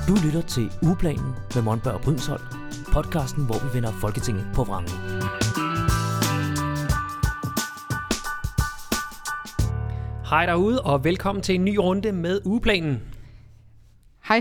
Du lytter til Ugeplanen med Monberg og Brydensholt, podcasten, hvor vi vender Folketinget på vrangen. Hej derude, og velkommen til en ny runde med Ugeplanen. Hej.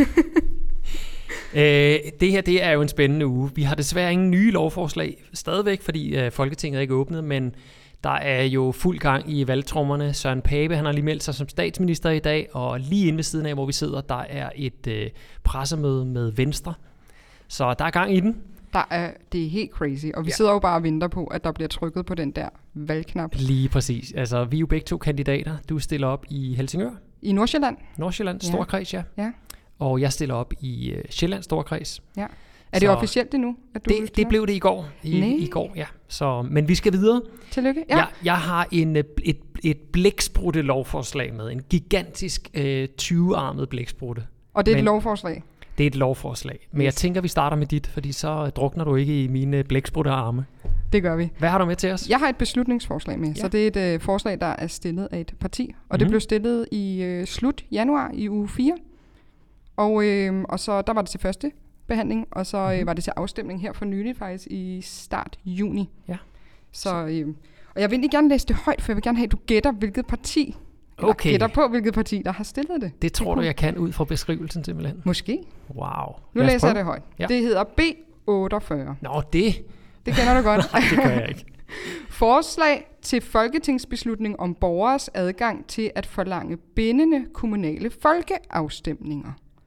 Det her, det er jo en spændende uge. Vi har desværre ingen nye lovforslag stadigvæk, fordi Folketinget er ikke åbnet, men der er jo fuld gang i valgtrommerne. Søren Pape, han har lige meldt sig som statsminister i dag, og lige inde ved siden af, hvor vi sidder, der er et pressemøde med Venstre. Så der er gang i den. Det er helt crazy, og vi sidder jo bare og venter på, at der bliver trykket på den der valgknap. Lige præcis. Altså, vi er jo begge to kandidater. Du stiller op i Helsingør. I Nordsjælland. Nordsjælland, Storkreds, ja. Og jeg stiller op i Sjælland, Storkreds. Ja. Er det officielt endnu? At du det blev det i går. I går, ja. Så, men vi skal videre. Tillykke. Ja. Jeg har et blæksprutte lovforslag med. En gigantisk 20-armet blæksprutte. Og det er et lovforslag? Det er et lovforslag. Men jeg tænker, vi starter med dit, fordi så drukner du ikke i mine blæksprutte arme. Det gør vi. Hvad har du med til os? Jeg har et beslutningsforslag med. Ja. Så det er et forslag, der er stillet af et parti. Og det blev stillet i slut januar i uge 4. Og så der var det til første behandling, og så var det til afstemning her for nylig faktisk i start juni. Ja. Og jeg vil egentlig gerne læse det højt, for jeg vil gerne have, at du gætter, hvilket parti, gætter på, hvilket parti, der har stillet det. Det tror du, jeg kan ud fra beskrivelsen simpelthen? Måske. Wow. Nu læser jeg det højt. Ja. Det hedder B48. Nå, det kender du godt. Nej, det gør jeg ikke. Forslag til folketingsbeslutning om borgeres adgang til at forlange bindende kommunale folkeafstemninger.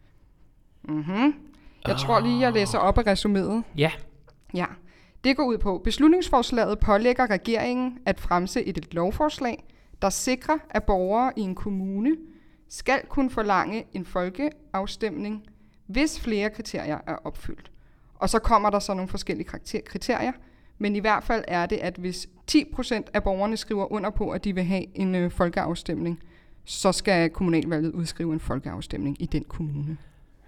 Jeg tror lige, jeg læser op af resuméet. Ja. Det går ud på, beslutningsforslaget pålægger regeringen at fremsætte et lovforslag, der sikrer, at borgere i en kommune skal kunne forlange en folkeafstemning, hvis flere kriterier er opfyldt. Og så kommer der så nogle forskellige kriterier, men i hvert fald er det, at hvis 10% af borgerne skriver under på, at de vil have en folkeafstemning, så skal kommunalvalget udskrive en folkeafstemning i den kommune.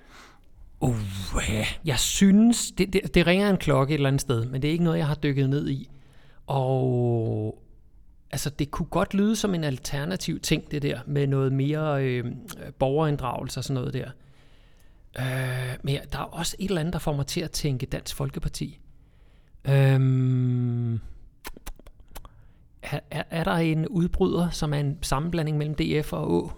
Jeg synes, det ringer en klokke et eller andet sted, men det er ikke noget, jeg har dykket ned i. Og altså, det kunne godt lyde som en alternativ ting, det der, med noget mere borgerinddragelse og sådan noget der. Men der er også et eller andet, der får mig til at tænke Dansk Folkeparti. Er der en udbryder, som er en sammenblanding mellem DF og Å?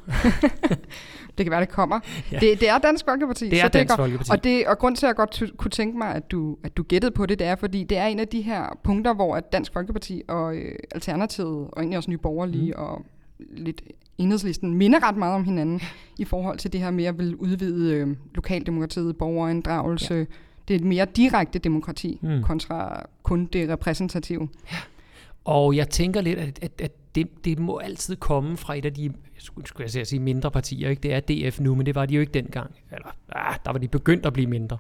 Det kan være, det kommer. Ja. Det er Dansk Folkeparti. Det er Dansk Folkeparti. Og grund til, at jeg godt kunne tænke mig, at du gættede på det, det er, fordi det er en af de her punkter, hvor at Dansk Folkeparti og Alternativet, og egentlig også Nye Borgerlige og lidt Enhedslisten, minder ret meget om hinanden i forhold til det her med at vil udvide lokaldemokratiet, borgerinddragelse. Ja. Det er et mere direkte demokrati kontra kun det repræsentative. Ja. Og jeg tænker lidt, at det må altid komme fra et af de, skulle jeg sige, mindre partier. Ikke? Det er DF nu, men det var de jo ikke dengang. Eller, der var de begyndt at blive mindre.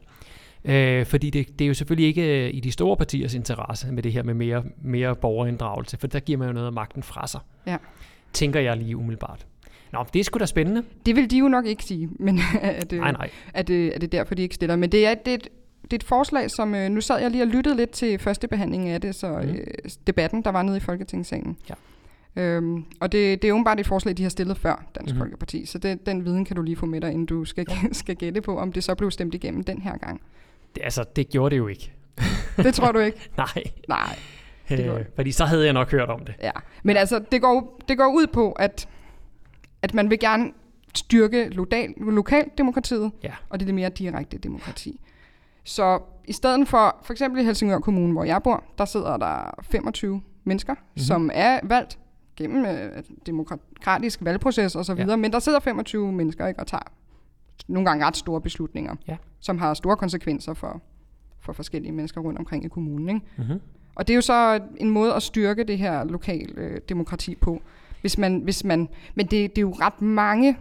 Fordi det er jo selvfølgelig ikke i de store partiers interesse med det her med mere borgerinddragelse, for der giver man jo noget af magten fra sig. Ja. Tænker jeg lige umiddelbart. Nå, det er sgu da spændende. Det vil de jo nok ikke sige, men nej. Er det derfor, de ikke stiller. Men det er et forslag, som nu sad jeg lige og lyttede lidt til første behandling af det, så debatten, der var nede i Folketingssalen. Ja. Og det er jo bare et forslag, de har stillet før Dansk Folkeparti, så den viden kan du lige få med dig, inden du skal gætte på, om det så blev stemt igennem den her gang. Det gjorde det jo ikke. Det tror du ikke? Nej. Fordi så havde jeg nok hørt om det. Ja, men altså, det går ud på, at man vil gerne styrke lokaldemokratiet, og det er mere direkte demokrati. Så i stedet for eksempel i Helsingør Kommune, hvor jeg bor, der sidder der 25 mennesker, som er valgt gennem demokratisk valgproces og så videre, men der sidder 25 mennesker, ikke, og tager nogle gange ret store beslutninger, som har store konsekvenser for forskellige mennesker rundt omkring i kommunen. Ikke? Og det er jo så en måde at styrke det her lokale demokrati på. Men det er jo ret mange.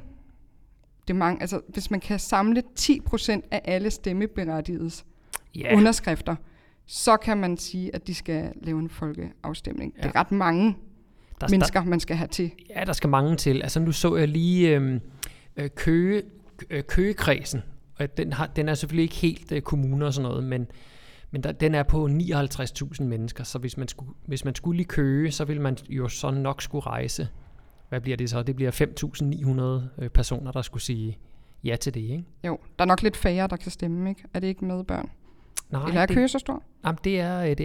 Altså, hvis man kan samle 10% af alle stemmeberettigedes underskrifter, så kan man sige, at de skal lave en folkeafstemning. Det er ret mange mennesker, man skal have til. Ja, der skal mange til. Altså, nu så jeg lige Køgekredsen, og den er selvfølgelig ikke helt kommuner og sådan noget, men den er på 59.000 mennesker, så hvis man skulle i Køge, så ville man jo så nok skulle rejse. Hvad bliver det så? Det bliver 5.900 personer, der skulle sige ja til det, ikke? Jo, der er nok lidt færre, der kan stemme, ikke? Er det ikke med børn? Nej, eller er Køge så stor? Jamen, det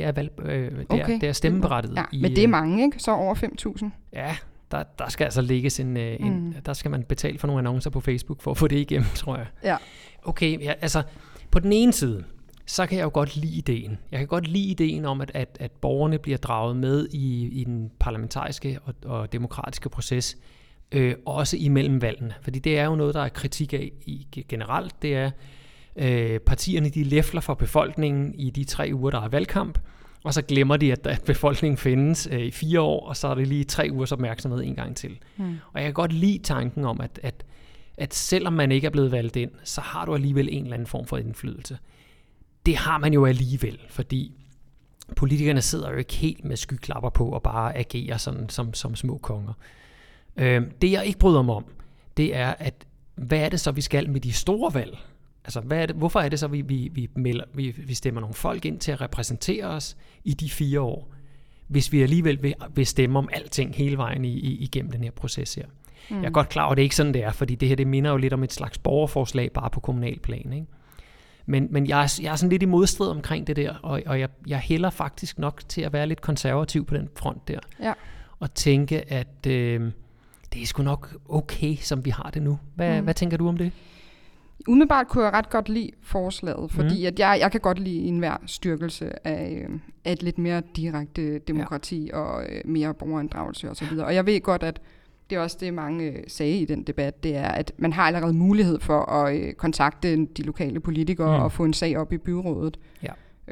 er stemmeberettiget. Ja, men det er mange, ikke? Så over 5.000. Ja, der skal altså lægges der skal man betale for nogle annoncer på Facebook for at få det igennem, tror jeg. Ja. Okay, ja, altså på den ene side, så kan jeg jo godt lide ideen. Jeg kan godt lide ideen om, at borgerne bliver draget med i den parlamentariske og demokratiske proces, også imellem valgene. Fordi det er jo noget, der er kritik af generelt. Det er, partierne de læfler for befolkningen i de 3 uger, der er valgkamp, og så glemmer de, at befolkningen findes i 4 år, og så er det lige 3 ugers opmærksomhed en gang til. Og jeg kan godt lide tanken om, at selvom man ikke er blevet valgt ind, så har du alligevel en eller anden form for indflydelse. Det har man jo alligevel, fordi politikerne sidder jo ikke helt med skyklapper på og bare agerer sådan som små konger. Det jeg ikke bryder mig om, det er, at hvad er det så, vi skal med de store valg? Altså, hvorfor er det så, vi stemmer nogle folk ind til at repræsentere os i de 4 år, hvis vi alligevel vil stemme om alting hele vejen igennem den her proces her? Jeg er godt klar over, at det ikke sådan, det er, fordi det her, det minder jo lidt om et slags borgerforslag, bare på kommunalplan, ikke? Men jeg er sådan lidt i modstrid omkring det der, og jeg hælder faktisk nok til at være lidt konservativ på den front der. Ja. Og tænke, at det er sgu nok okay, som vi har det nu. Hvad tænker du om det? Umiddelbart kunne jeg ret godt lide forslaget, fordi at jeg kan godt lide enhver styrkelse af et lidt mere direkte demokrati og mere borgerinddragelse osv. Og jeg ved godt, at det er også det, mange sagde i den debat, det er, at man har allerede mulighed for at kontakte de lokale politikere og få en sag op i byrådet. Ja.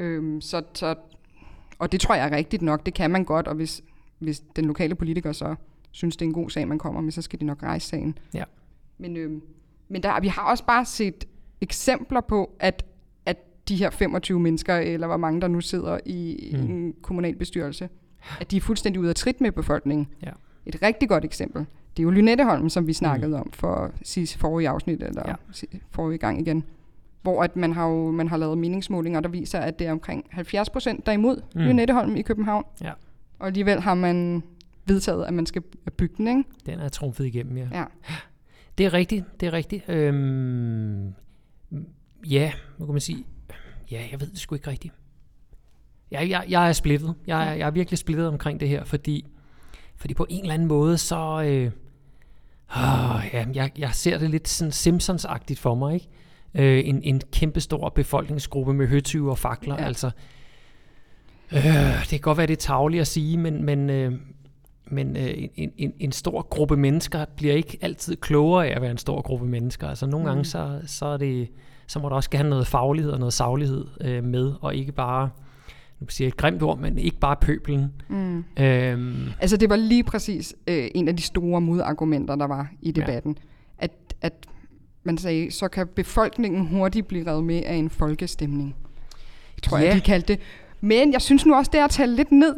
Og det tror jeg er rigtigt nok. Det kan man godt, og hvis den lokale politiker så synes, det er en god sag, man kommer med, så skal de nok rejse sagen. Ja. Men vi har også bare set eksempler på, at de her 25 mennesker, eller hvor mange der nu sidder i en kommunalbestyrelse, at de er fuldstændig ude af trit med befolkningen. Ja. Et rigtig godt eksempel, det er jo Lynetteholm, som vi snakkede om for forrige afsnit, eller forrige gang igen, hvor at man har lavet meningsmålinger, der viser, at det er omkring 70%, der er imod Lynetteholm i København. Ja. Og alligevel har man vedtaget, at man skal bygge den, ikke? Den er trumfet igennem, ja. Det er rigtigt. Ja, hvad kan man sige? Ja, jeg ved det sgu ikke rigtigt. Jeg er splittet. Jeg er virkelig splittet omkring det her, fordi på en eller anden måde, så jeg ser det lidt sådan Simpsons-agtigt for mig, ikke? En kæmpestor befolkningsgruppe med høtyve og fakler, altså. Det kan godt være, det er tarveligt at sige, men en stor gruppe mennesker bliver ikke altid klogere af at være en stor gruppe mennesker. Altså nogle gange, så må der også gerne noget faglighed og noget saglighed med, og ikke bare, nu siger jeg et grimt ord, men ikke bare pøbelen. Altså det var lige præcis en af de store modargumenter, der var i debatten. Ja. At man sagde, så kan befolkningen hurtigt blive revet med af en folkestemning. Tror jeg, de kaldte det. Men jeg synes nu også, det er at tale lidt ned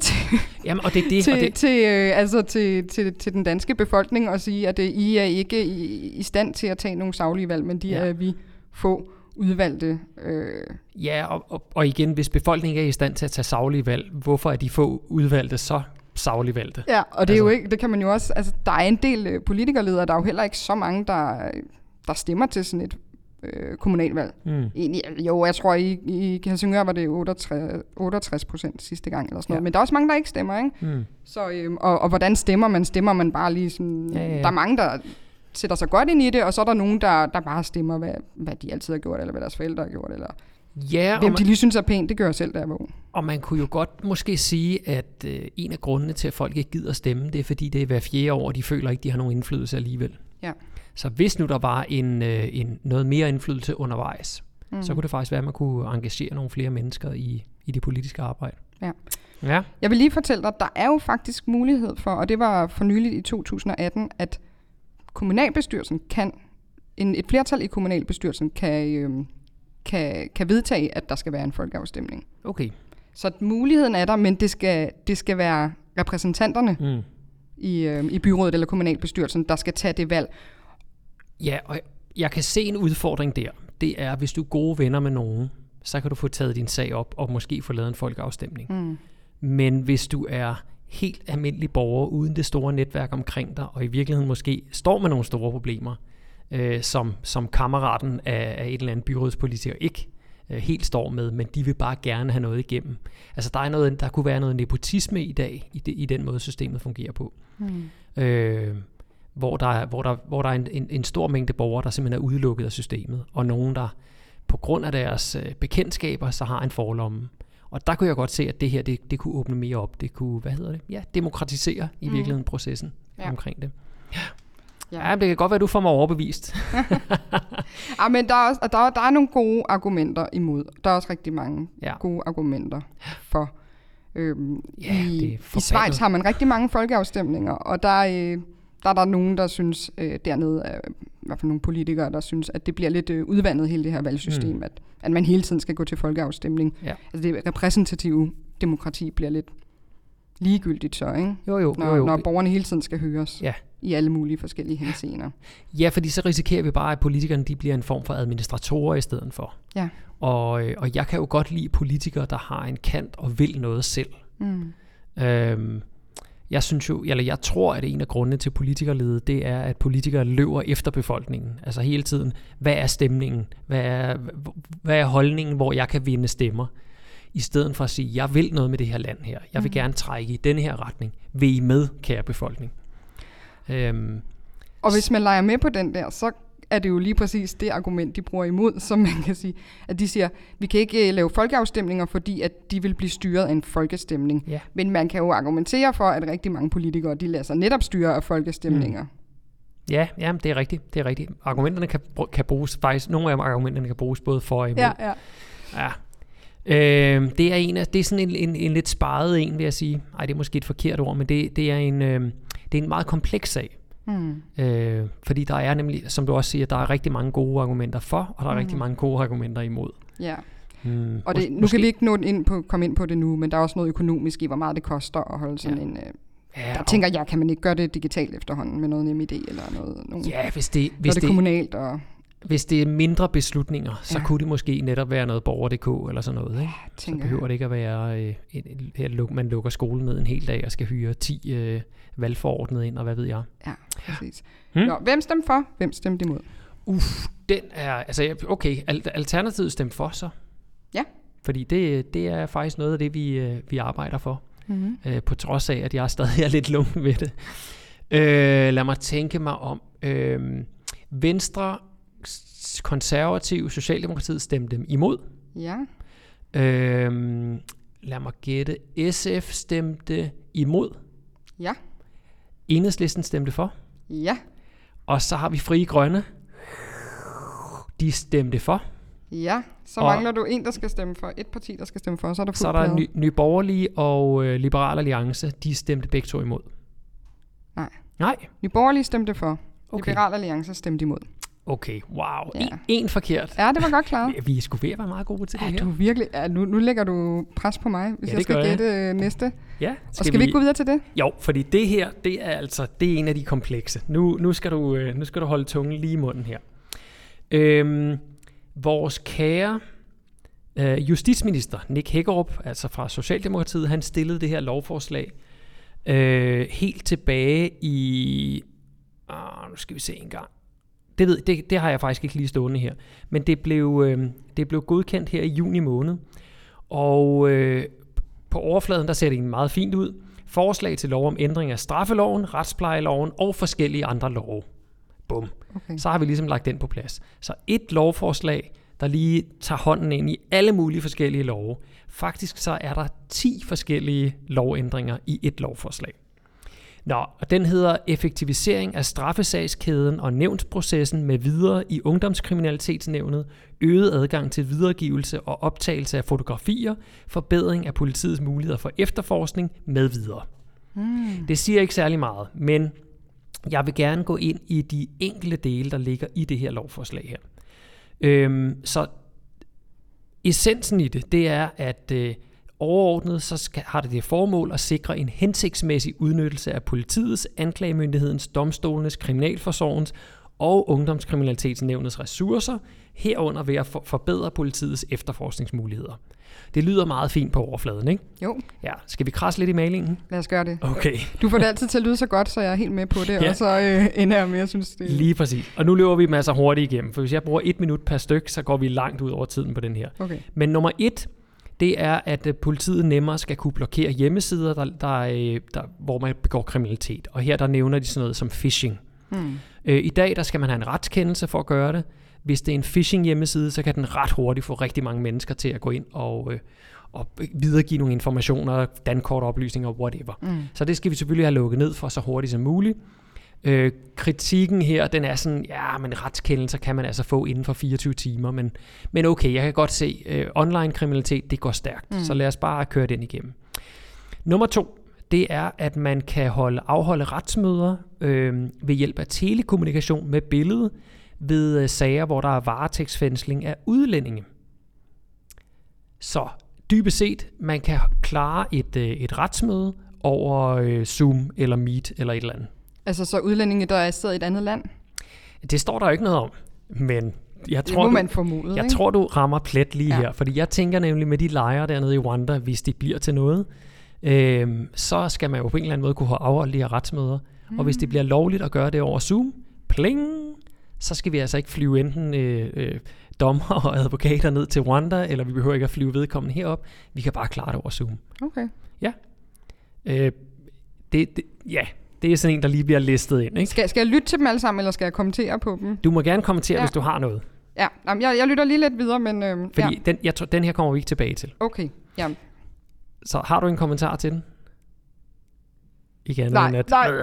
til den danske befolkning og sige, at I er ikke i stand til at tage nogle saglige valg, men de er vi få udvalgte. Ja, og igen, hvis befolkningen er i stand til at tage saglige valg, hvorfor er de få udvalgte så saglige valgte? Ja, og det er jo ikke, det kan man jo også, altså der er en del politikerledere, der er jo heller ikke så mange, der stemmer til sådan et kommunalvalg. Jo, jeg tror i Helsingør var det 68% sidste gang eller sådan noget, men der er også mange, der ikke stemmer, ikke? Så, og hvordan stemmer man? Stemmer man bare lige sådan, der er mange, der sætter sig godt ind i det, og så er der nogen, der bare stemmer, hvad de altid har gjort, eller hvad deres forældre har gjort, eller hvem de lige synes er pænt, det gør jeg selv, da jeg var ung. Og man kunne jo godt måske sige, at en af grundene til, at folk ikke gider stemme, det er fordi, det er hver 4. år, og de føler ikke, de har nogen indflydelse alligevel. Ja. Så hvis nu der var noget mere indflydelse undervejs, så kunne det faktisk være, at man kunne engagere nogle flere mennesker i det politiske arbejde. Ja. Jeg vil lige fortælle dig, at der er jo faktisk mulighed for, og det var for nyligt i 2018, at kommunalbestyrelsen et flertal i kommunalbestyrelsen kan vedtage, at der skal være en folkeafstemning. Okay. Så muligheden er der, men det skal være repræsentanterne i byrådet eller kommunalbestyrelsen, der skal tage det valg. Ja, og jeg kan se en udfordring der. Det er, hvis du er gode venner med nogen, så kan du få taget din sag op og måske få lavet en folkeafstemning. Men hvis du er helt almindelig borger uden det store netværk omkring dig, og i virkeligheden måske står med nogle store problemer, som kammeraten af et eller andet byrådspolitiker ikke helt står med, men de vil bare gerne have noget igennem. Altså der kunne være noget nepotisme i dag, i den måde systemet fungerer på. Hvor der er en stor mængde borgere, der simpelthen er udelukket af systemet, og nogen, der på grund af deres bekendtskaber, så har en forlomme. Og der kunne jeg godt se, at det her, det kunne åbne mere op. Det kunne, demokratisere i virkeligheden processen omkring det. Ja, det kan godt være, at du får mig overbevist. Ja, men der er nogle gode argumenter imod. Der er også rigtig mange gode argumenter for. I Schweiz har man rigtig mange folkeafstemninger, og der er der nogen, der synes, dernede er i hvert fald nogle politikere, der synes, at det bliver lidt udvandet, hele det her valgsystem, at man hele tiden skal gå til folkeafstemning. Ja. Altså det repræsentative demokrati bliver lidt ligegyldigt så, ikke? Jo. Når borgerne hele tiden skal høres i alle mulige forskellige henseender. Ja, fordi så risikerer vi bare, at politikerne de bliver en form for administratorer i stedet for. Ja. Og jeg kan jo godt lide politikere, der har en kant og vil noget selv. Jeg tror, at en af grundene til politikerlede, det er, at politikere løber efter befolkningen. Altså hele tiden, hvad er stemningen? Hvad er holdningen, hvor jeg kan vinde stemmer? I stedet for at sige, jeg vil noget med det her land her. Jeg vil gerne trække i denne her retning. Vil I med, kære befolkning? Og hvis man leger med på den der, så er det jo lige præcis det argument, de bruger imod, som man kan sige, at de siger, vi kan ikke lave folkeafstemninger, fordi at de vil blive styret af en folkestemning. Ja. Men man kan jo argumentere for, at rigtig mange politikere, de lader sig netop styre af folkestemninger. Ja, det er rigtigt. Argumenterne kan bruges, faktisk nogle af argumenterne kan bruges både for og imod. Ja. Det er sådan en lidt sparet en, vil jeg sige. Ej, det er måske et forkert ord, men det er en meget kompleks sag. Fordi der er nemlig, som du også siger, der er rigtig mange gode argumenter for, og der er rigtig mange gode argumenter imod. Ja. Og nu kan vi ikke komme ind på det nu, men der er også noget økonomisk i, hvor meget det koster at holde sådan en... der tænker jeg, kan man ikke gøre det digitalt efterhånden med noget NemID eller noget? Ja, hvis det er kommunalt og... Hvis det er mindre beslutninger, så kunne det måske netop være noget borger.dk eller sådan noget. Ikke? Så behøver det ikke at være, man lukker skolen ned en hel dag og skal hyre 10 valgforordnede ind, og hvad ved jeg. Ja, præcis. Nå, hvem stemte for? Hvem stemte imod? Den er, okay, Alternativet stemte for så. Ja. Fordi det er faktisk noget af det, vi arbejder for. På trods af, at jeg stadig er lidt lunken ved det. Lad mig tænke mig om. Venstre, Konservative, Socialdemokratiet stemte dem imod. Ja. Lad mig gætte. SF stemte imod. Ja. Enhedslisten stemte for. Ja. Og så har vi Frie Grønne. De stemte for. Ja, så mangler du en, der skal stemme for. Et parti, der skal stemme for, så er der fuldt. Så er der Nye Borgerlige og Liberal Alliance. De stemte begge to imod. Nej. Nye Borgerlige stemte for. Okay. Liberal Alliance stemte imod. Okay, wow. En forkert. Ja, det var godt klart. Vi skulle ved at være meget gode til det her. Du virkelig, nu lægger du pres på mig, hvis jeg skal gætte næste. Ja. Skal vi ikke gå videre til det? Jo, fordi det her, det er en af de komplekse. Nu skal du holde tungen lige i munden her. Vores kære justitsminister, Nick Hækkerup, altså fra Socialdemokratiet, han stillede det her lovforslag helt tilbage i... nu skal vi se en gang. Det har jeg faktisk ikke lige stående her. Men det blev godkendt her i juni måned. Og på overfladen, der ser det meget fint ud. Forslag til lov om ændring af straffeloven, retsplejeloven og forskellige andre love. Bum. Okay. Så har vi ligesom lagt den på plads. Så et lovforslag, der lige tager hånden ind i alle mulige forskellige love. Faktisk så er der 10 forskellige lovændringer i et lovforslag. Og den hedder effektivisering af straffesagskæden og nævnsprocessen med videre i ungdomskriminalitetsnævnet, øget adgang til videregivelse og optagelse af fotografier, forbedring af politiets muligheder for efterforskning med videre. Det siger ikke særlig meget, men jeg vil gerne gå ind i de enkelte dele, der ligger i det her lovforslag her. Så essensen i det er, at overordnet så har det formål at sikre en hensigtsmæssig udnyttelse af politiets, anklagemyndighedens, domstolenes, kriminalforsorgens og Ungdomskriminalitetsnævnets ressourcer, herunder ved at forbedre politiets efterforskningsmuligheder. Det lyder meget fint på overfladen, ikke? Jo. Ja, skal vi krasse lidt i malingen? Lad os gøre det. Okay. Du får det altid til at lyde så godt, så jeg er helt med på det, og så ender jeg med, jeg synes det... Lige præcis. Og nu løber vi masser hurtigt igennem, for hvis jeg bruger 1 minut per styk, så går vi langt ud over tiden på den her. Okay. Men nummer 1, det er, at politiet nemmere skal kunne blokere hjemmesider, hvor man begår kriminalitet. Og her der nævner de sådan noget som phishing. I dag der skal man have en retskendelse for at gøre det. Hvis det er en phishing hjemmeside, så kan den ret hurtigt få rigtig mange mennesker til at gå ind og videregive nogle informationer, dankortoplysninger, whatever. Så det skal vi selvfølgelig have lukket ned for så hurtigt som muligt. Kritikken her, den er sådan, men retskendelser kan man altså få inden for 24 timer, men okay, jeg kan godt se, online kriminalitet, det går stærkt, så lad os bare køre den igennem. Nummer 2, det er, at man kan afholde retsmøder ved hjælp af telekommunikation med billede ved sager, hvor der er varetægtsfængsling af udlændinge. Så dybest set, man kan klare et retsmøde over Zoom eller Meet eller et eller andet. Altså så udlændinge, der er siddet i et andet land? Det står der jo ikke noget om, men jeg tror, du rammer plet lige her, fordi jeg tænker nemlig med de lejre dernede i Rwanda, hvis de bliver til noget, så skal man jo på en eller anden måde kunne have afholdt de her retsmøder. Og hvis det bliver lovligt at gøre det over Zoom, pling, så skal vi altså ikke flyve enten dommer og advokater ned til Rwanda, eller vi behøver ikke at flyve vedkommende herop. Vi kan bare klare det over Zoom. Okay. Ja. Det er sådan en, der lige bliver listet ind, ikke? Skal jeg lytte til dem alle sammen, eller skal jeg kommentere på dem? Du må gerne kommentere, hvis du har noget. Ja, jeg lytter lige lidt videre, men... Fordi den her kommer vi ikke tilbage til. Okay, ja. Så har du en kommentar til den? Ikke andet nej, end at... Nej,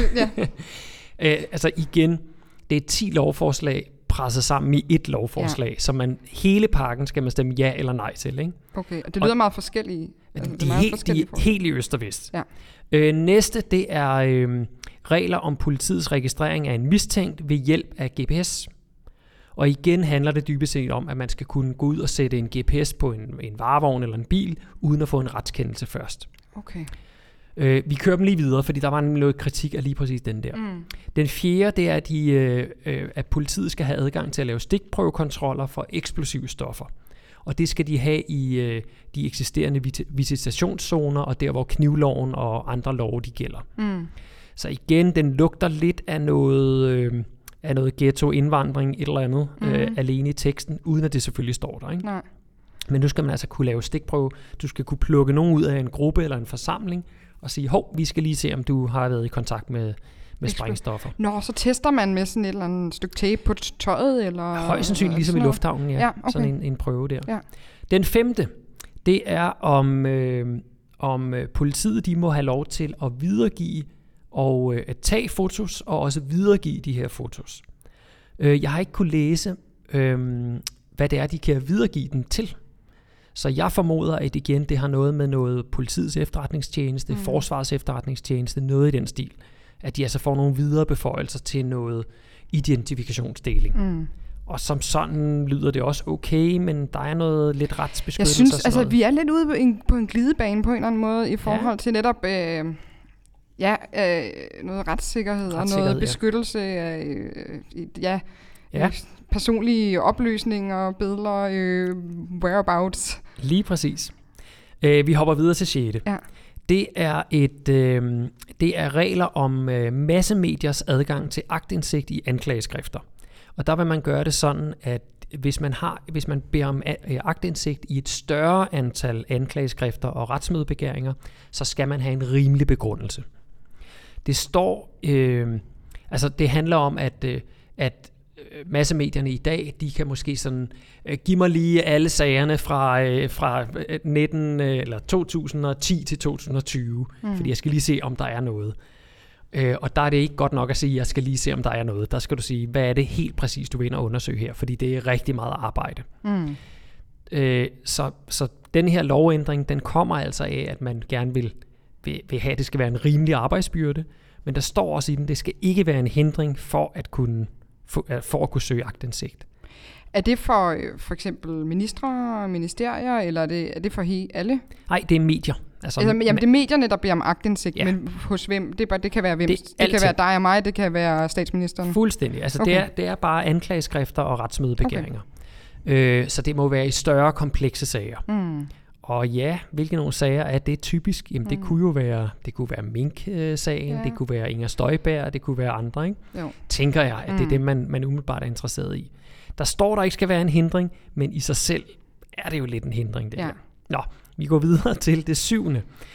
altså igen, det er 10 lovforslag presset sammen i et lovforslag, så hele pakken skal man stemme ja eller nej til, ikke? Okay, og det lyder meget forskellige. Altså, de er helt i øst og vest. Ja. Næste, det er regler om politiets registrering af en mistænkt ved hjælp af GPS. Og igen handler det dybest set om, at man skal kunne gå ud og sætte en GPS på en varevogn eller en bil, uden at få en retskendelse først. Okay. Vi kører dem lige videre, fordi der var noget kritik af lige præcis den der. Den 4, det er, at politiet skal have adgang til at lave stikprøvekontroller for eksplosive stoffer. Og det skal de have i de eksisterende visitationszoner, og der hvor knivloven og andre love de gælder. Så igen, den lugter lidt af noget ghetto-indvandring, et eller andet, alene i teksten, uden at det selvfølgelig står der, ikke? Nej. Men nu skal man altså kunne lave stikprøve. Du skal kunne plukke nogen ud af en gruppe eller en forsamling, og sige, vi skal lige se, om du har været i kontakt med sprængstoffer. Nå, så tester man med sådan et eller andet stykke tape på tøjet? Eller højst sandsynligt, ligesom i lufthavnen, ja. Okay. Sådan en prøve der. Ja. Den 5, det er om politiet, de må have lov til at videregive og at tage fotos, og også videregive de her fotos. Jeg har ikke kunne læse, hvad det er, de kan videregive den til. Så jeg formoder, at igen, det har noget med noget politiets efterretningstjeneste, forsvarets efterretningstjeneste, noget i den stil. At de altså får nogle videre beføjelser til noget identifikationsdeling. Og som sådan lyder det også okay, men der er noget lidt retsbeskyttelse. Jeg synes, altså vi er lidt ude på en glidebane på en eller anden måde, i forhold til netop noget retssikkerhed og noget beskyttelse af personlige oplysninger, billeder, whereabouts. Lige præcis. Vi hopper videre til 6. Ja. Det er regler om massemediers adgang til aktindsigt i anklageskrifter. Og der vil man gøre det sådan, at hvis man beder om aktindsigt i et større antal anklageskrifter og retsmødebegæringer, så skal man have en rimelig begrundelse. Det står, det handler om, at massemedierne i dag, de kan måske sådan, give mig lige alle sagerne fra 2010 til 2020, fordi jeg skal lige se, om der er noget. Og der er det ikke godt nok at sige, at jeg skal lige se, om der er noget. Der skal du sige, hvad er det helt præcis, du vil ind og undersøge her, fordi det er rigtig meget arbejde. Så den her lovændring, den kommer altså af, at man gerne vil have, at det skal være en rimelig arbejdsbyrde, men der står også i den, det skal ikke være en hindring for at kunne søge aktindsigt. Er det for eksempel ministre og ministerier, eller er det for alle? Nej, det er medier. Altså, jamen, det er medierne, der beder om aktindsigt, men hos hvem? Det kan være hvem? Det kan være dig og mig, det kan være statsministeren. Fuldstændig. Altså, okay. det er bare anklageskrifter og retsmødebegæringer. Okay. Så det må være i større komplekse sager. Og ja, hvilke nogle sager er det typisk? Jamen, det kunne jo være, Mink-sagen, det kunne være Inger Støjberg, det kunne være andre, ikke? Jo. Tænker jeg, at det er det, man umiddelbart er interesseret i. Der står, der ikke skal være en hindring, men i sig selv er det jo lidt en hindring, det her. Nå, vi går videre til det 7.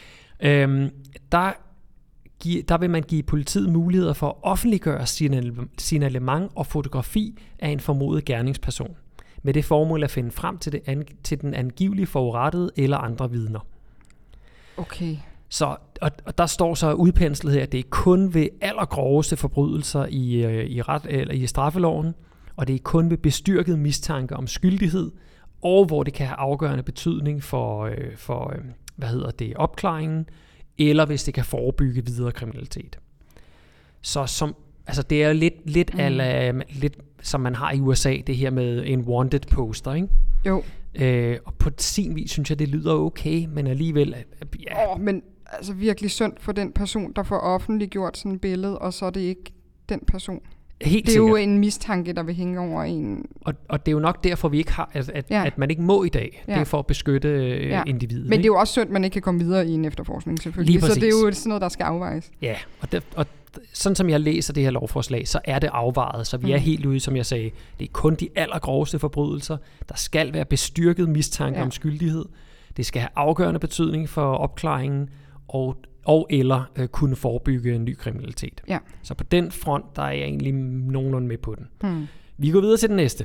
Der vil man give politiet muligheder for at offentliggøre signalement og fotografi af en formodet gerningsperson, med det formål at finde frem til den angivelige forurettede eller andre vidner. Okay. Så, og der står så udpenslet her, at det er kun ved allergroveste forbrydelser i straffeloven, og det er kun ved bestyrket mistanke om skyldighed, og hvor det kan have afgørende betydning for opklaringen, eller hvis det kan forebygge videre kriminalitet. Så det er lidt som man har i USA, det her med en wanted poster, ikke? Jo. Og på sin vis synes jeg, det lyder okay, men alligevel... Men altså virkelig synd for den person, der får offentliggjort sådan et billede, og så er det ikke den person. Helt det er sikkert. Jo en mistanke, der vil hænge over en. Og det er jo nok derfor, vi ikke har, at man ikke må i dag. Det er for at beskytte individet. Men det er jo også synd, at man ikke kan komme videre i en efterforskning, selvfølgelig. Så det er jo sådan noget, der skal afvejes. Ja, og sådan som jeg læser det her lovforslag, så er det afvejet. Så vi er helt ude, som jeg sagde. Det er kun de allergroveste forbrydelser. Der skal være bestyrket mistanke om skyldighed. Det skal have afgørende betydning for opklaringen, og eller kunne forebygge en ny kriminalitet. Ja. Så på den front, der er jeg egentlig nogenlunde med på den. Vi går videre til den næste.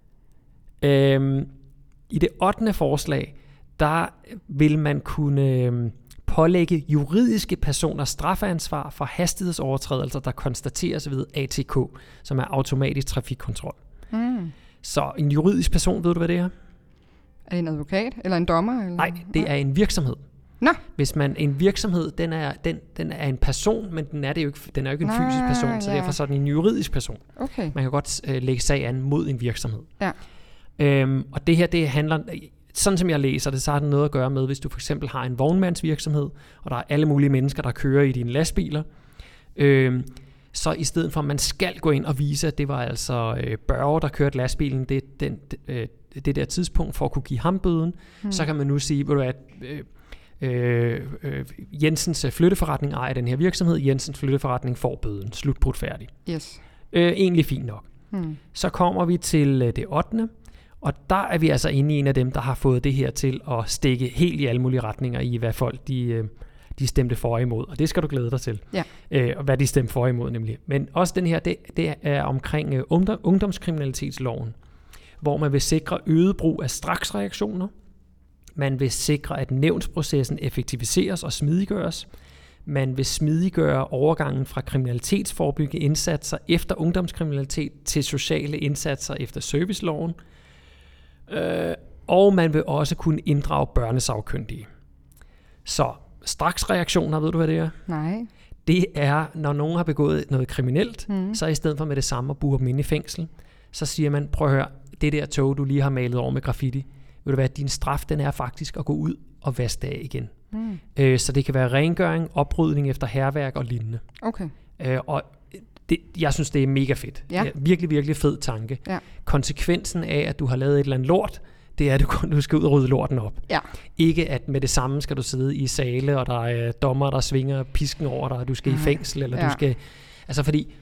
I det 8. forslag, der vil man kunne pålægge juridiske personer strafansvar for hastighedsovertrædelser, der konstateres ved ATK, som er automatisk trafikkontrol. Så en juridisk person, ved du hvad det er? Er det en advokat eller en dommer? Eller? Nej, det er en virksomhed. Nå. Hvis en virksomhed, den er en person, men den er jo ikke en fysisk person, så derfor så er den en juridisk person. Okay. Man kan godt lægge sag an mod en virksomhed. Ja. Og det her, det handler, sådan som jeg læser det, så har det noget at gøre med, hvis du for eksempel har en vognmandsvirksomhed, og der er alle mulige mennesker, der kører i dine lastbiler, så i stedet for, at man skal gå ind og vise, at det var altså Børge, der kørte lastbilen, det der tidspunkt for at kunne give ham bøden, så kan man nu sige, ved du hvad, Jensens flytteforretning ejer den her virksomhed, Jensens flytteforretning får bøden, slutbrudt færdig. Yes. Egentlig fint nok. Så kommer vi til det 8. Og der er vi altså inde i en af dem, der har fået det her til at stikke helt i alle mulige retninger i, hvad folk de stemte for og imod. Og det skal du glæde dig til. Ja. Og hvad de stemte for og imod nemlig. Men også den her, det er omkring ungdomskriminalitetsloven, hvor man vil sikre øget brug af straksreaktioner. Man vil sikre, at nævnsprocessen effektiviseres og smidiggøres. Man vil smidiggøre overgangen fra kriminalitetsforebyggende indsatser efter ungdomskriminalitet til sociale indsatser efter serviceloven. Og man vil også kunne inddrage børnesagkyndige. Så straksreaktioner, ved du hvad det er? Nej. Det er, når nogen har begået noget kriminelt, så i stedet for med det samme at bure dem inde i fængsel, så siger man, prøv at høre, det der tog, du lige har malet over med graffiti, ved du hvad, din straf, den er faktisk at gå ud og vaske det af igen. Så det kan være rengøring, oprydning efter hærværk og lignende. Okay. Og jeg synes, det er mega fedt. Ja. Virkelig, virkelig fed tanke. Ja. Konsekvensen af, at du har lavet et eller andet lort, det er, at du skal ud og rydde lorten op. Ja. Ikke at med det samme skal du sidde i sale, og der er dommer, der svinger pisken over dig, og du skal i fængsel, eller du skal... Altså fordi,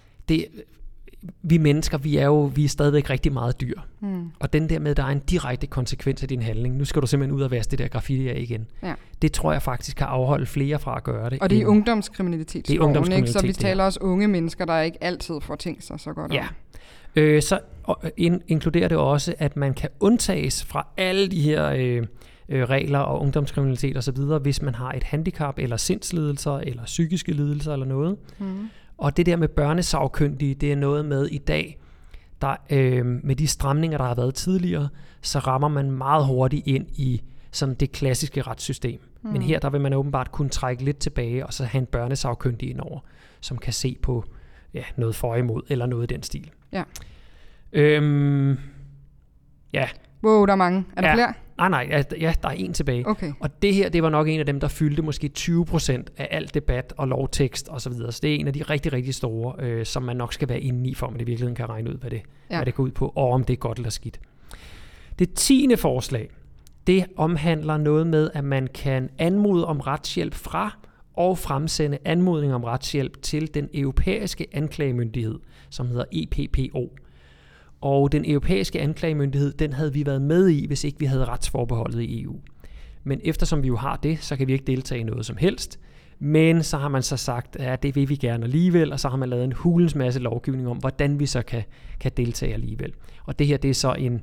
vi mennesker, vi er stadigvæk rigtig meget dyr. Og den der med, at der er en direkte konsekvens af din handling. Nu skal du simpelthen ud og vaske det der graffiti af igen. Ja. Det tror jeg faktisk kan afholde flere fra at gøre det. Og det er ungdomskriminalitetsloven, ikke? Så vi taler også unge mennesker, der ikke altid får tænkt sig så godt om. Så inkluderer det også, at man kan undtages fra alle de her regler og ungdomskriminalitet osv., hvis man har et handicap, eller sindslidelser, eller psykiske lidelser, eller noget. Og det der med børnesagkyndige, det er noget med i dag, der med de stramninger, der har været tidligere, så rammer man meget hurtigt ind i sådan det klassiske retssystem. Men her, der vil man åbenbart kunne trække lidt tilbage, og så have en børnesagkyndig indover, som kan se på noget for og imod, eller noget i den stil. Ja. Ja. Wow, der er mange. Er der flere? Nej, ja, der er en tilbage. Okay. Og det her, det var nok en af dem, der fyldte måske 20% af al debat og lovtekst osv. Så det er en af de rigtig, rigtig store, som man nok skal være inde i, for man i virkeligheden kan regne ud, hvad det går ud på, og om det er godt eller skidt. Det 10. forslag, det omhandler noget med, at man kan anmode om retshjælp fra og fremsende anmodning om retshjælp til den europæiske anklagemyndighed, som hedder EPPO. Og den europæiske anklagemyndighed, den havde vi været med i, hvis ikke vi havde retsforbeholdet i EU. Men eftersom vi jo har det, så kan vi ikke deltage i noget som helst. Men så har man så sagt, at det vil vi gerne alligevel, og så har man lavet en hulens masse lovgivning om, hvordan vi så kan deltage alligevel. Og det her, det er så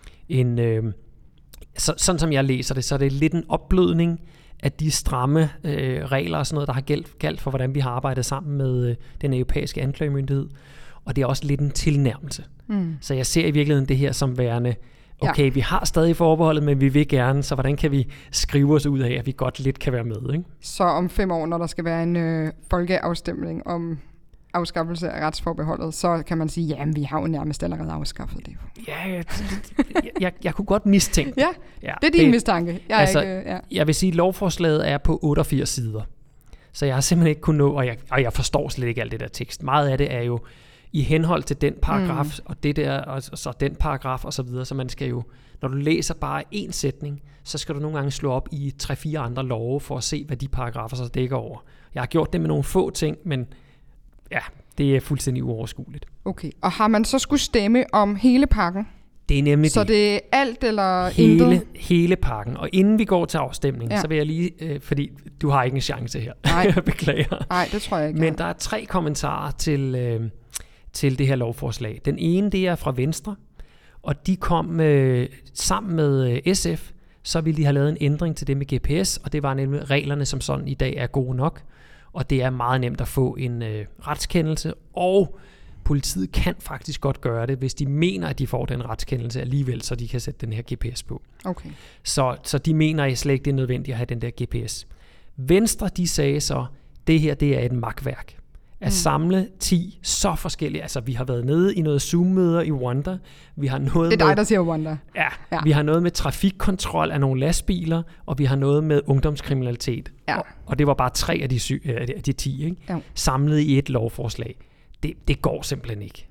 sådan som jeg læser det, så er det lidt en opblødning af de stramme regler og sådan noget, der har galt for, hvordan vi har arbejdet sammen med den europæiske anklagemyndighed. Og det er også lidt en tilnærmelse. Så jeg ser i virkeligheden det her som værende, okay, vi har stadig forbeholdet, men vi vil gerne, så hvordan kan vi skrive os ud af, at vi godt lidt kan være med, ikke? Så om 5 år, når der skal være en folkeafstemning om afskaffelse af retsforbeholdet, så kan man sige, jamen vi har jo nærmest allerede afskaffet det. Ja, jeg kunne godt mistænke. Ja, det er din mistanke. Jeg vil sige, at lovforslaget er på 88 sider. Så jeg har simpelthen ikke kunnet nå, og jeg forstår slet ikke alt det der tekst. Meget af det er jo i henhold til den paragraf, og det der, og så den paragraf, og så videre. Så man skal jo, når du læser bare en sætning, så skal du nogle gange slå op i 3-4 andre love, for at se, hvad de paragrafer så dækker over. Jeg har gjort det med nogle få ting, men ja, det er fuldstændig uoverskueligt. Okay, og har man så skulle stemme om hele pakken? Det er nemlig så det er alt eller intet? Hele pakken. Og inden vi går til afstemning, så vil jeg lige, fordi du har ikke en chance her. Nej. Jeg beklager. Nej, det tror jeg ikke. Men der er 3 kommentarer til det her lovforslag. Den ene, det er fra Venstre, og de kom sammen med SF, så ville de have lavet en ændring til det med GPS, og det var nemlig reglerne, som sådan i dag er gode nok, og det er meget nemt at få en retskendelse, og politiet kan faktisk godt gøre det, hvis de mener, at de får den retskendelse alligevel, så de kan sætte den her GPS på. Okay. Så de mener slet ikke, det er nødvendigt at have den der GPS. Venstre, de sagde så, det her, det er et makværk. At samle 10 så forskellige, altså vi har været nede i noget Zoom-møder i Rwanda, vi har noget det er dig, der siger Rwanda. Ja, vi har noget med trafikkontrol af nogle lastbiler, og vi har noget med ungdomskriminalitet. Ja. Og det var bare 3 af de 10, ikke? Ja. Samlet i et lovforslag. Det går simpelthen ikke.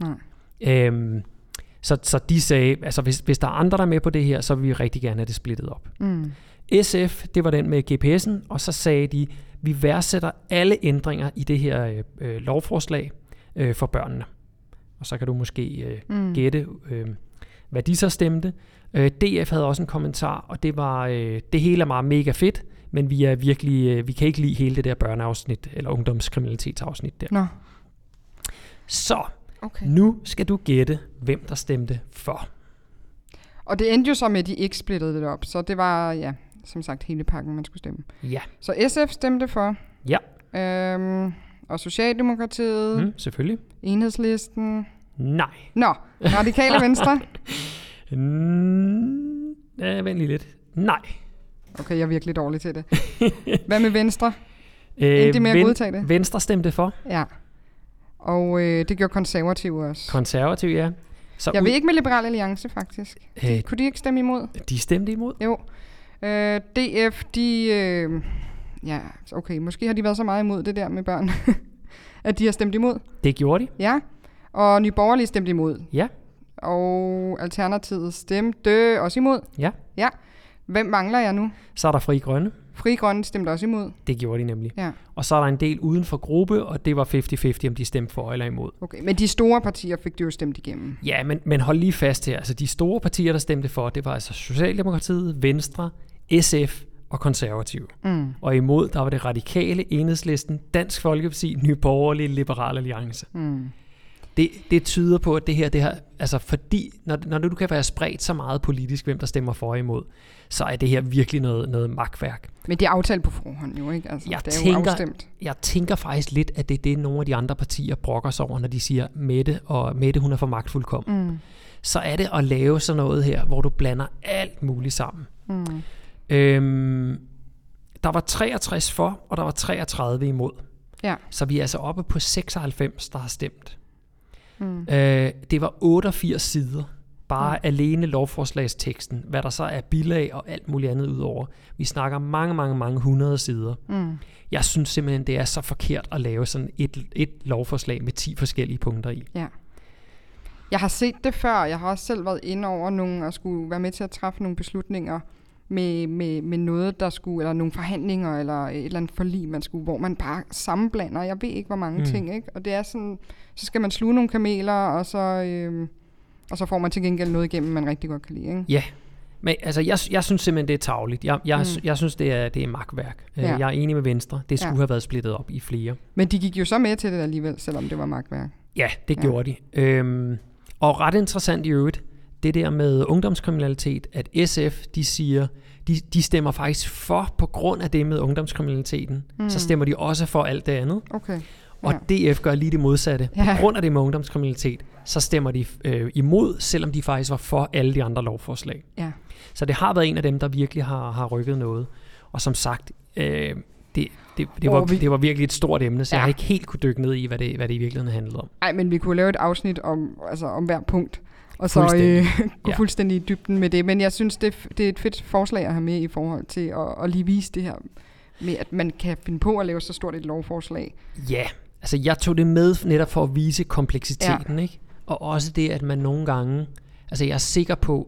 Så de sagde, altså hvis der er andre, der er med på det her, så vil vi rigtig gerne have det splittet op. SF, det var den med GPS'en, og så sagde de, vi værdsætter alle ændringer i det her lovforslag for børnene. Og så kan du måske gætte, hvad de så stemte. DF havde også en kommentar, og det var, det hele er meget mega fedt, men vi kan ikke lide hele det der børneafsnit, eller ungdomskriminalitetsafsnit der. Nå. Så, nu skal du gætte, hvem der stemte for. Og det endte jo så med, at de ikke splittede det op, så det var, som sagt, hele pakken, man skulle stemme. Ja. Så SF stemte for. Ja. Og Socialdemokratiet. Selvfølgelig. Enhedslisten. Nej. Nå, Radikale Venstre. Vent lige lidt. Nej. Okay, jeg er virkelig dårlig til det. Hvad med Venstre? Endte med at godtage det? Venstre stemte for. Ja. Og det gjorde Konservative også. Konservative, ja. Så jeg ved ikke med Liberal Alliance, faktisk. Kunne de ikke stemme imod? De stemte imod? Jo. DF, okay, måske har de været så meget imod det der med børn, at de har stemt imod. Det gjorde de. Ja, og Nye Borgerlige stemte imod. Ja. Og Alternativet stemte også imod. Ja. Ja. Hvem mangler jeg nu? Så er der Frie Grønne. Frie Grønne stemte også imod. Det gjorde de nemlig. Ja. Og så er der en del uden for gruppe, og det var 50-50, om de stemte for eller imod. Okay, men de store partier fik det jo stemt igennem. Ja, men hold lige fast her. Altså de store partier, der stemte for, det var altså Socialdemokratiet, Venstre, SF og Konservative. Og imod, der var det Radikale, Enhedslisten, Dansk Folkeparti, Nye Borgerlige, Liberal Alliance. Det tyder på, at det her, altså fordi, når du kan være spredt så meget politisk, hvem der stemmer for og imod, så er det her virkelig noget magtværk. Men det er aftalt på forhånd jo, ikke? Altså, det er jo afstemt. Jeg tænker faktisk lidt, at det er det, nogle af de andre partier brokker sig over, når de siger, Mette, hun er for magtfuldkommen. Så er det at lave sådan noget her, hvor du blander alt muligt sammen. Der var 63 for, og der var 33 imod. Ja. Så vi er altså oppe på 96, der har stemt. Det var 88 sider Bare alene lovforslagsteksten, hvad der så er bilag og alt muligt andet udover. Vi snakker mange 100 sider. Jeg synes simpelthen, det er så forkert at lave sådan et lovforslag med 10 forskellige punkter i. Ja. Jeg har set det før. Jeg har også selv været inde over nogle og skulle være med til at træffe nogle beslutninger med noget, der skulle, eller nogle forhandlinger, eller et eller andet forlig, man skulle, hvor man bare sammenblander. Jeg ved ikke, hvor mange ting, ikke? Og det er sådan, så skal man sluge nogle kameler, og så får man til gengæld noget igennem, man rigtig godt kan lide, ikke? Ja, men altså, jeg synes simpelthen, det er tarveligt. Jeg synes, det er magtværk. Ja. Jeg er enig med Venstre. Det skulle have været splittet op i flere. Men de gik jo så med til det alligevel, selvom det var magtværk. Ja, det gjorde de. Og ret interessant i øvrigt, det der med ungdomskriminalitet, at SF, de siger, de stemmer faktisk for, på grund af det med ungdomskriminaliteten, så stemmer de også for alt det andet. Okay. Og DF gør lige det modsatte. På grund af det med ungdomskriminalitet, så stemmer de imod, selvom de faktisk var for alle de andre lovforslag. Ja. Så det har været en af dem, der virkelig har rykket noget. Og som sagt, det var virkelig et stort emne, så jeg har ikke helt kunne dykke ned i, hvad det i virkeligheden handlede om. Nej, men vi kunne lave et afsnit om hver punkt, og så gå fuldstændig i dybden med det. Men jeg synes, det er et fedt forslag at have med i forhold til at lige vise det her med, at man kan finde på at lave så stort et lovforslag. Ja, altså jeg tog det med netop for at vise kompleksiteten, ikke? Og også det, at man nogle gange, altså jeg er sikker på,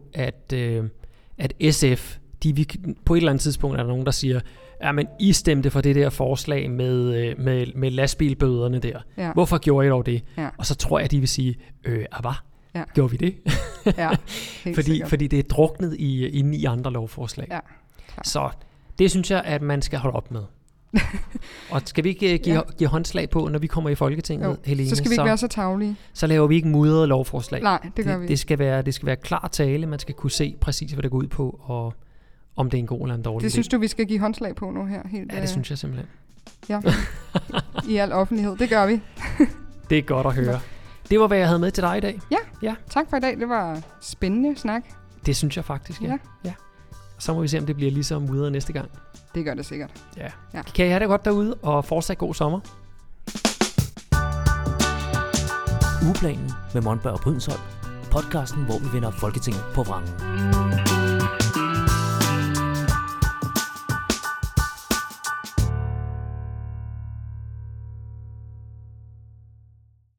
at SF, på et eller andet tidspunkt er der nogen, der siger, ja, men I stemte for det der forslag med lastbilbøderne der. Ja. Hvorfor gjorde I dog det? Ja. Og så tror jeg, de vil sige, hvad? Ja. Gjorde vi det? Ja, fordi det er druknet i 9 andre lovforslag. Ja, så det synes jeg, at man skal holde op med. Og skal vi ikke give håndslag på, når vi kommer i Folketinget, Helene? Så skal vi ikke være så tarvelige. Så laver vi ikke mudrede lovforslag. Nej, det gør vi. Det skal være klar tale. Man skal kunne se præcis, hvad det går ud på, og om det er en god eller en dårlig idé. Det synes du, vi skal give håndslag på nu her? Ja, det synes jeg simpelthen. Ja, i al offentlighed. Det gør vi. Det er godt at høre. Det var, hvad jeg havde med til dig i dag. Ja. Tak for i dag. Det var spændende snak. Det synes jeg faktisk, ja. Så må vi se, om det bliver lige så mudret næste gang. Det gør det sikkert. Ja. Kan I have det godt derude, og fortsat god sommer. Ugeplanen med Monberg og Brydensholt. Podcasten, hvor vi vender Folketinget på vrangen.